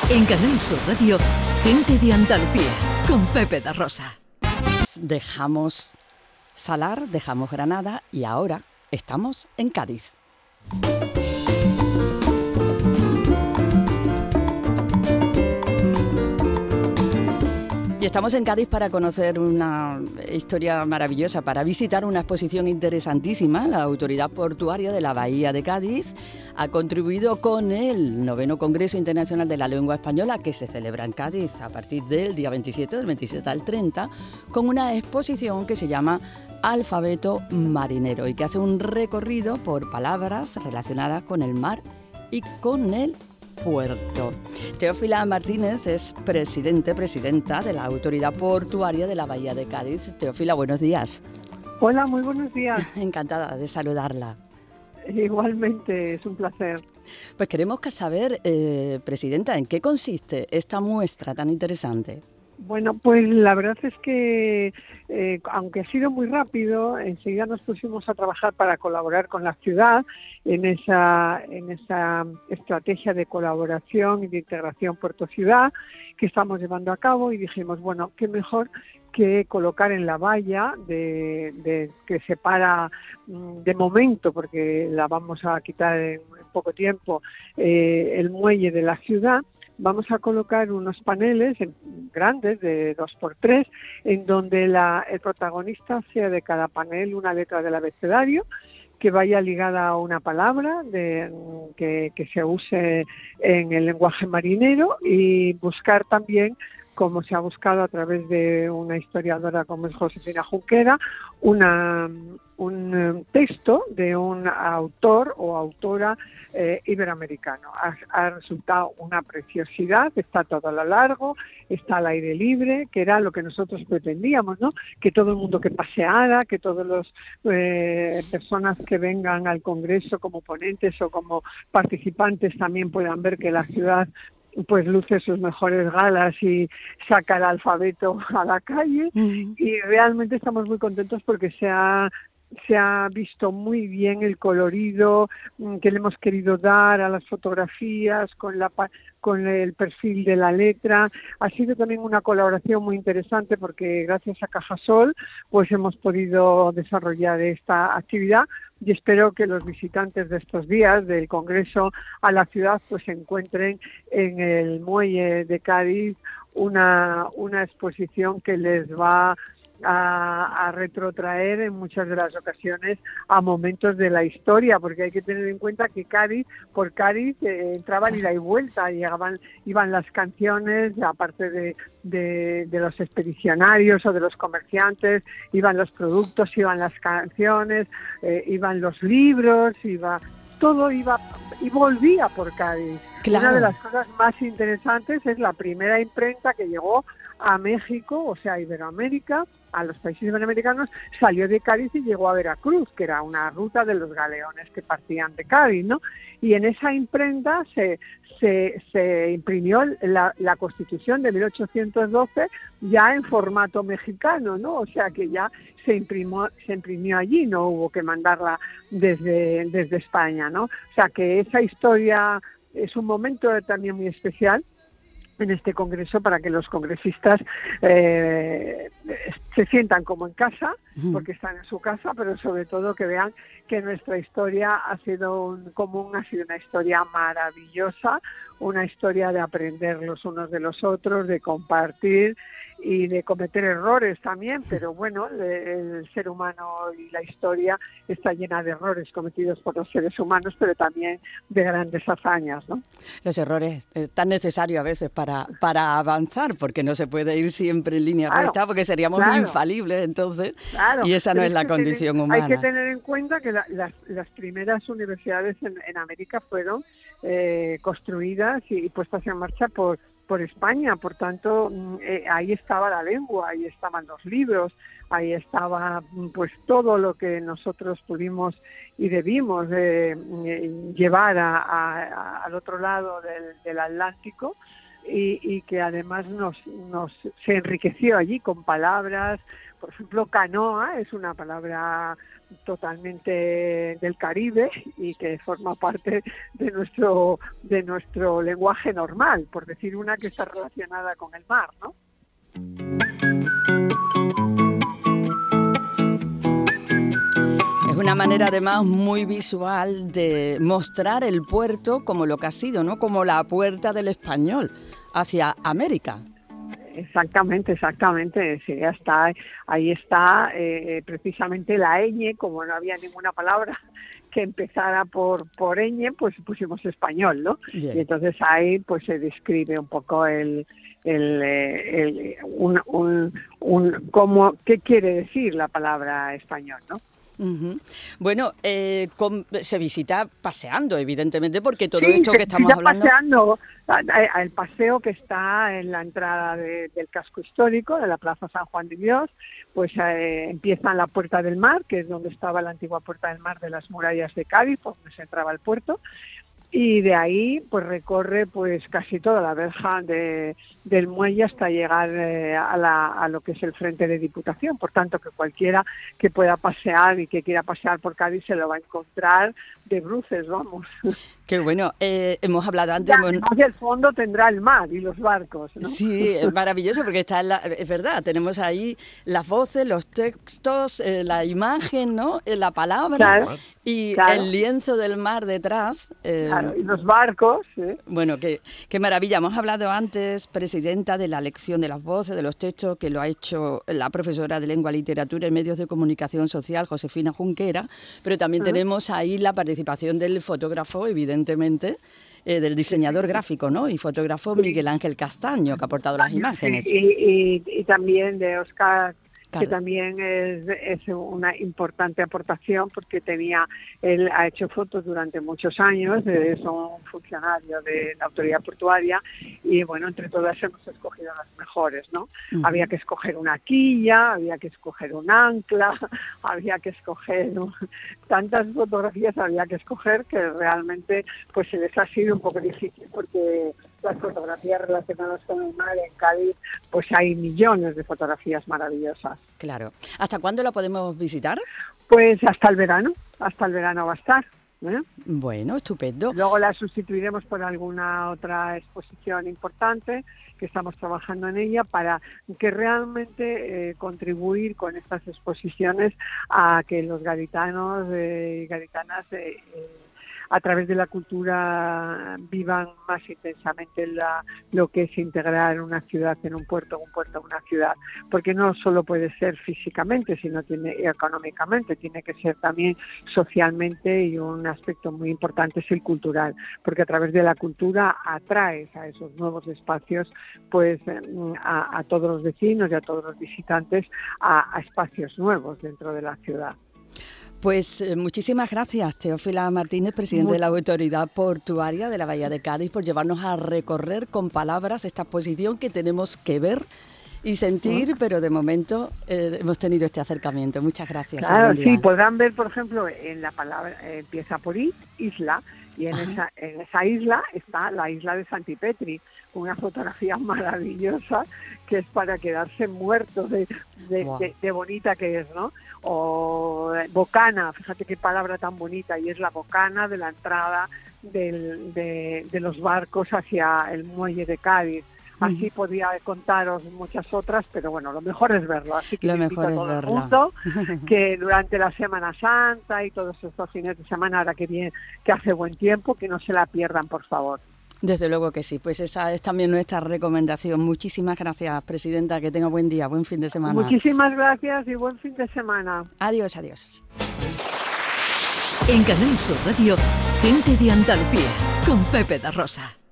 En Canal Sur Radio, Gente de Andalucía, con Pepe da Rosa. Dejamos Salar, dejamos Granada y ahora estamos en Cádiz. Y estamos en Cádiz para conocer una historia maravillosa, para visitar una exposición interesantísima. La Autoridad Portuaria de la Bahía de Cádiz ha contribuido con el 9º Congreso Internacional de la Lengua Española, que se celebra en Cádiz a partir del día 27, del 27 al 30, con una exposición que se llama Alfabeto Marinero y que hace un recorrido por palabras relacionadas con el mar y con el puerto. Teófila Martínez es presidenta de la Autoridad Portuaria de la Bahía de Cádiz. Teófila, buenos días. Hola, muy buenos días. Encantada de saludarla. Igualmente, es un placer. Pues queremos saber, presidenta, ¿en qué consiste esta muestra tan interesante? Bueno, pues la verdad es que, aunque ha sido muy rápido, enseguida nos pusimos a trabajar para colaborar con la ciudad en esa estrategia de colaboración y de integración puerto-ciudad que estamos llevando a cabo, y dijimos, bueno, qué mejor que colocar en la valla que separa de momento, porque la vamos a quitar en poco tiempo, el muelle de la ciudad. Vamos a colocar unos paneles grandes de 2x3 en donde el protagonista sea de cada panel una letra del abecedario que vaya ligada a una palabra que se use en el lenguaje marinero, y buscar también, como se ha buscado a través de una historiadora como es Josefina Junquera, un texto de un autor o autora iberoamericano. Ha resultado una preciosidad, está todo a lo largo, está al aire libre, que era lo que nosotros pretendíamos, ¿no? Que todo el mundo que paseara, que todas las personas que vengan al Congreso como ponentes o como participantes también puedan ver que la ciudad pues luce sus mejores galas y saca el alfabeto a la calle. Y realmente estamos muy contentos porque se ha visto muy bien el colorido que le hemos querido dar a las fotografías con el perfil de la letra. Ha sido también una colaboración muy interesante porque gracias a Cajasol pues hemos podido desarrollar esta actividad, y espero que los visitantes de estos días del Congreso a la ciudad pues encuentren en el muelle de Cádiz una exposición que les va a retrotraer en muchas de las ocasiones a momentos de la historia, porque hay que tener en cuenta que por Cádiz entraban ida y vuelta, iban las canciones, aparte de los expedicionarios o de los comerciantes, iban los productos, iban las canciones, iban los libros, todo iba y volvía por Cádiz. Claro. Una de las cosas más interesantes es la primera imprenta que llegó a México, o sea, a Iberoamérica, a los países iberoamericanos, salió de Cádiz y llegó a Veracruz, que era una ruta de los galeones que partían de Cádiz, ¿no? Y en esa imprenta se imprimió la Constitución de 1812 ya en formato mexicano, ¿no? O sea que ya se imprimió allí, no hubo que mandarla desde España, ¿no? O sea que esa historia es un momento también muy especial en este congreso para que los congresistas se sientan como en casa, porque están en su casa, pero sobre todo que vean que nuestra historia ha sido ha sido una historia maravillosa, una historia de aprender los unos de los otros, de compartir y de cometer errores también, pero bueno, el ser humano y la historia está llena de errores cometidos por los seres humanos, pero también de grandes hazañas, ¿no? Los errores tan necesarios a veces para avanzar, porque no se puede ir siempre en línea recta, porque seríamos infalibles entonces, y esa no es la condición humana. Hay que tener en cuenta que las primeras universidades en América fueron construidas y puestas en marcha por España, por tanto ahí estaba la lengua, ahí estaban los libros, ahí estaba pues todo lo que nosotros pudimos y debimos llevar al otro lado del Atlántico, y que además se enriqueció allí con palabras, Por ejemplo, canoa es una palabra totalmente del Caribe y que forma parte de nuestro lenguaje normal, por decir una que está relacionada con el mar, ¿no? Es una manera además muy visual de mostrar el puerto como lo que ha sido, ¿no? Como la puerta del español hacia América. Exactamente, sí, ahí está precisamente la ñ, como no había ninguna palabra que empezara por ñ, pues pusimos español, ¿no? Bien. Y entonces ahí pues se describe un poco qué quiere decir la palabra español, ¿no? Uh-huh. Bueno, se visita paseando, evidentemente, porque todo esto que estamos hablando... paseando. El paseo que está en la entrada del casco histórico, de la Plaza San Juan de Dios, pues empieza en la Puerta del Mar, que es donde estaba la antigua Puerta del Mar de las murallas de Cádiz, por donde se entraba al puerto, y de ahí pues recorre pues casi toda la verja del muelle hasta llegar a lo que es el frente de Diputación. Por tanto, que cualquiera que pueda pasear y que quiera pasear por Cádiz se lo va a encontrar de bruces, vamos. Qué bueno, hemos hablado antes... Además el fondo tendrá el mar y los barcos, ¿no? Sí, es maravilloso porque es verdad, tenemos ahí las voces, los textos, la imagen, ¿no? La palabra, claro, y claro, el lienzo del mar detrás. Claro, y los barcos. Bueno, qué maravilla. Hemos hablado antes, presidenta, de la lección de las voces, de los textos, que lo ha hecho la profesora de Lengua, Literatura y Medios de Comunicación Social, Josefina Junquera, pero también tenemos ahí la participación del fotógrafo, evidentemente, del diseñador gráfico, ¿no? Y fotógrafo Miguel Ángel Castaño, que ha aportado las imágenes. Y también de Óscar, que también es una importante aportación, porque él ha hecho fotos durante muchos años, es un funcionario de la autoridad portuaria, y bueno, entre todas hemos escogido las mejores, ¿no? Uh-huh. Había que escoger una quilla, había que escoger un ancla, había que escoger tantas fotografías había que escoger, que realmente pues se les ha sido un poco difícil, porque las fotografías relacionadas con el mar en Cádiz, pues hay millones de fotografías maravillosas. Claro. ¿Hasta cuándo la podemos visitar? Pues hasta el verano va a estar. Bueno, estupendo. Luego la sustituiremos por alguna otra exposición importante, que estamos trabajando en ella, para que realmente contribuir con estas exposiciones a que los gaditanos y gaditanas a través de la cultura vivan más intensamente lo que es integrar una ciudad en un puerto una ciudad, porque no solo puede ser físicamente, sino económicamente, tiene que ser también socialmente, y un aspecto muy importante es el cultural, porque a través de la cultura atraes a esos nuevos espacios pues a todos los vecinos y a todos los visitantes a espacios nuevos dentro de la ciudad. Pues muchísimas gracias, Teófila Martínez, presidente de la Autoridad Portuaria de la Bahía de Cádiz, por llevarnos a recorrer con palabras esta exposición que tenemos que ver y sentir, pero de momento hemos tenido este acercamiento. Muchas gracias. Claro, sí, podrán ver, por ejemplo, en la palabra, empieza por isla, y en esa isla está la isla de Santipetri, una fotografía maravillosa que es para quedarse muerto de bonita que es, ¿no? O bocana, fíjate qué palabra tan bonita, y es la bocana de la entrada de los barcos hacia el muelle de Cádiz. Así podría contaros muchas otras, pero bueno, lo mejor es verlo. Así que invito a todo el mundo que durante la Semana Santa y todos estos fines de semana, ahora que hace buen tiempo, que no se la pierdan, por favor. Desde luego que sí, pues esa es también nuestra recomendación. Muchísimas gracias, presidenta, que tenga buen día, buen fin de semana. Muchísimas gracias y buen fin de semana. Adiós, adiós. En Canal Sur Radio, Gente de Andalucía, con Pepe da Rosa.